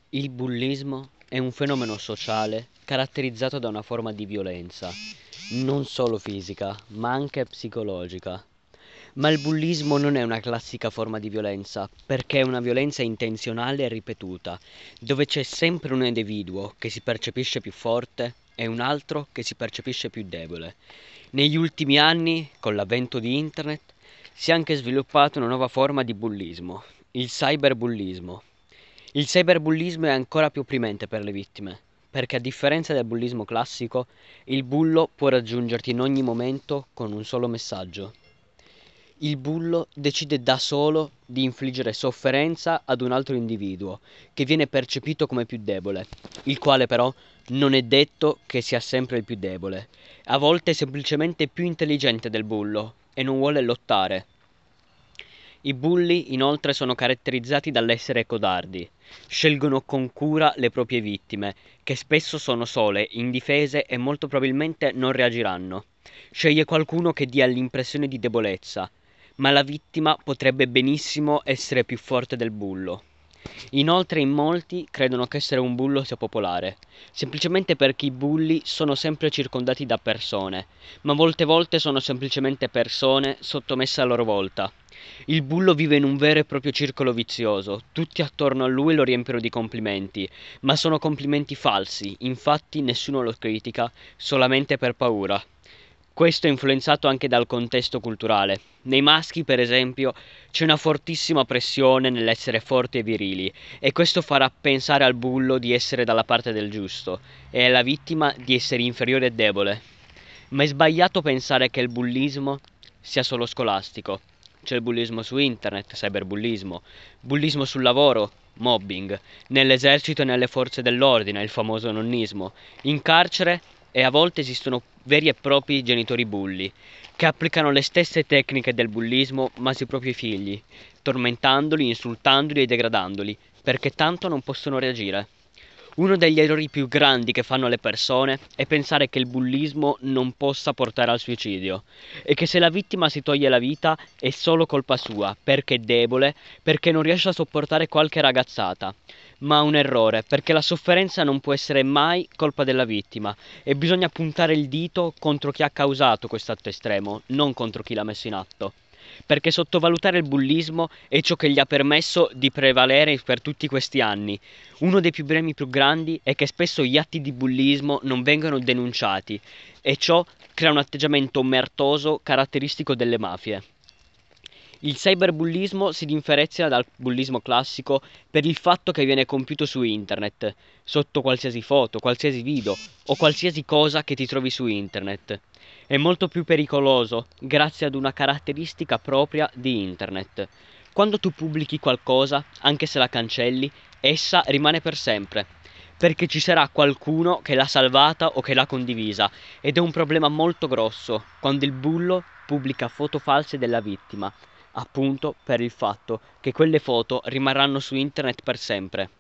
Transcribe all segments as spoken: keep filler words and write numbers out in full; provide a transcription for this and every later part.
Il bullismo è un fenomeno sociale caratterizzato da una forma di violenza, non solo fisica, ma anche psicologica. Ma il bullismo non è una classica forma di violenza, perché è una violenza intenzionale e ripetuta, dove c'è sempre un individuo che si percepisce più forte e un altro che si percepisce più debole. Negli ultimi anni, con l'avvento di Internet, si è anche sviluppata una nuova forma di bullismo, il cyberbullismo. Il cyberbullismo è ancora più opprimente per le vittime, perché a differenza del bullismo classico, il bullo può raggiungerti in ogni momento con un solo messaggio. Il bullo decide da solo di infliggere sofferenza ad un altro individuo, che viene percepito come più debole, il quale però non è detto che sia sempre il più debole. A volte è semplicemente più intelligente del bullo e non vuole lottare. I bulli inoltre sono caratterizzati dall'essere codardi. Scelgono con cura le proprie vittime, che spesso sono sole, indifese e molto probabilmente non reagiranno. Sceglie qualcuno che dia l'impressione di debolezza, ma la vittima potrebbe benissimo essere più forte del bullo. Inoltre in molti credono che essere un bullo sia popolare, semplicemente perché i bulli sono sempre circondati da persone, ma molte volte sono semplicemente persone sottomesse a loro volta. Il bullo vive in un vero e proprio circolo vizioso, tutti attorno a lui lo riempiono di complimenti, ma sono complimenti falsi, infatti nessuno lo critica, solamente per paura. Questo è influenzato anche dal contesto culturale. Nei maschi, per esempio, c'è una fortissima pressione nell'essere forti e virili, e questo farà pensare al bullo di essere dalla parte del giusto, e alla vittima di essere inferiore e debole. Ma è sbagliato pensare che il bullismo sia solo scolastico. C'è il bullismo su internet, cyberbullismo, bullismo sul lavoro, mobbing, nell'esercito e nelle forze dell'ordine, il famoso nonnismo, in carcere, e a volte esistono veri e propri genitori bulli, che applicano le stesse tecniche del bullismo ma sui propri figli, tormentandoli, insultandoli e degradandoli, perché tanto non possono reagire. Uno degli errori più grandi che fanno le persone è pensare che il bullismo non possa portare al suicidio e che se la vittima si toglie la vita è solo colpa sua, perché è debole, perché non riesce a sopportare qualche ragazzata. Ma un errore, perché la sofferenza non può essere mai colpa della vittima e bisogna puntare il dito contro chi ha causato questo atto estremo, non contro chi l'ha messo in atto. Perché sottovalutare il bullismo è ciò che gli ha permesso di prevalere per tutti questi anni. Uno dei problemi più grandi è che spesso gli atti di bullismo non vengono denunciati e ciò crea un atteggiamento omertoso caratteristico delle mafie. Il cyberbullismo si differenzia dal bullismo classico per il fatto che viene compiuto su internet, sotto qualsiasi foto, qualsiasi video o qualsiasi cosa che ti trovi su internet. È molto più pericoloso grazie ad una caratteristica propria di internet. Quando tu pubblichi qualcosa, anche se la cancelli, essa rimane per sempre, perché ci sarà qualcuno che l'ha salvata o che l'ha condivisa, ed è un problema molto grosso quando il bullo pubblica foto false della vittima, appunto per il fatto che quelle foto rimarranno su internet per sempre.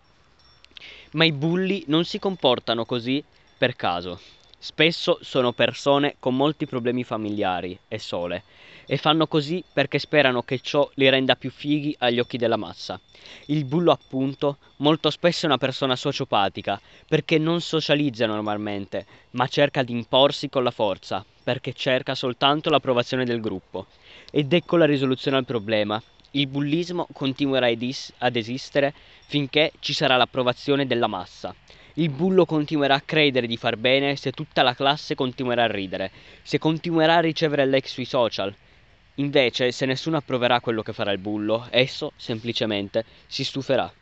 Ma i bulli non si comportano così per caso. Spesso sono persone con molti problemi familiari e sole, e fanno così perché sperano che ciò li renda più fighi agli occhi della massa. Il bullo, appunto, molto spesso è una persona sociopatica, perché non socializza normalmente, ma cerca di imporsi con la forza, perché cerca soltanto l'approvazione del gruppo. Ed ecco la risoluzione al problema. Il bullismo continuerà ad es- ad esistere finché ci sarà l'approvazione della massa. Il bullo continuerà a credere di far bene se tutta la classe continuerà a ridere, se continuerà a ricevere like sui social. Invece, se nessuno approverà quello che farà il bullo, esso semplicemente si stuferà.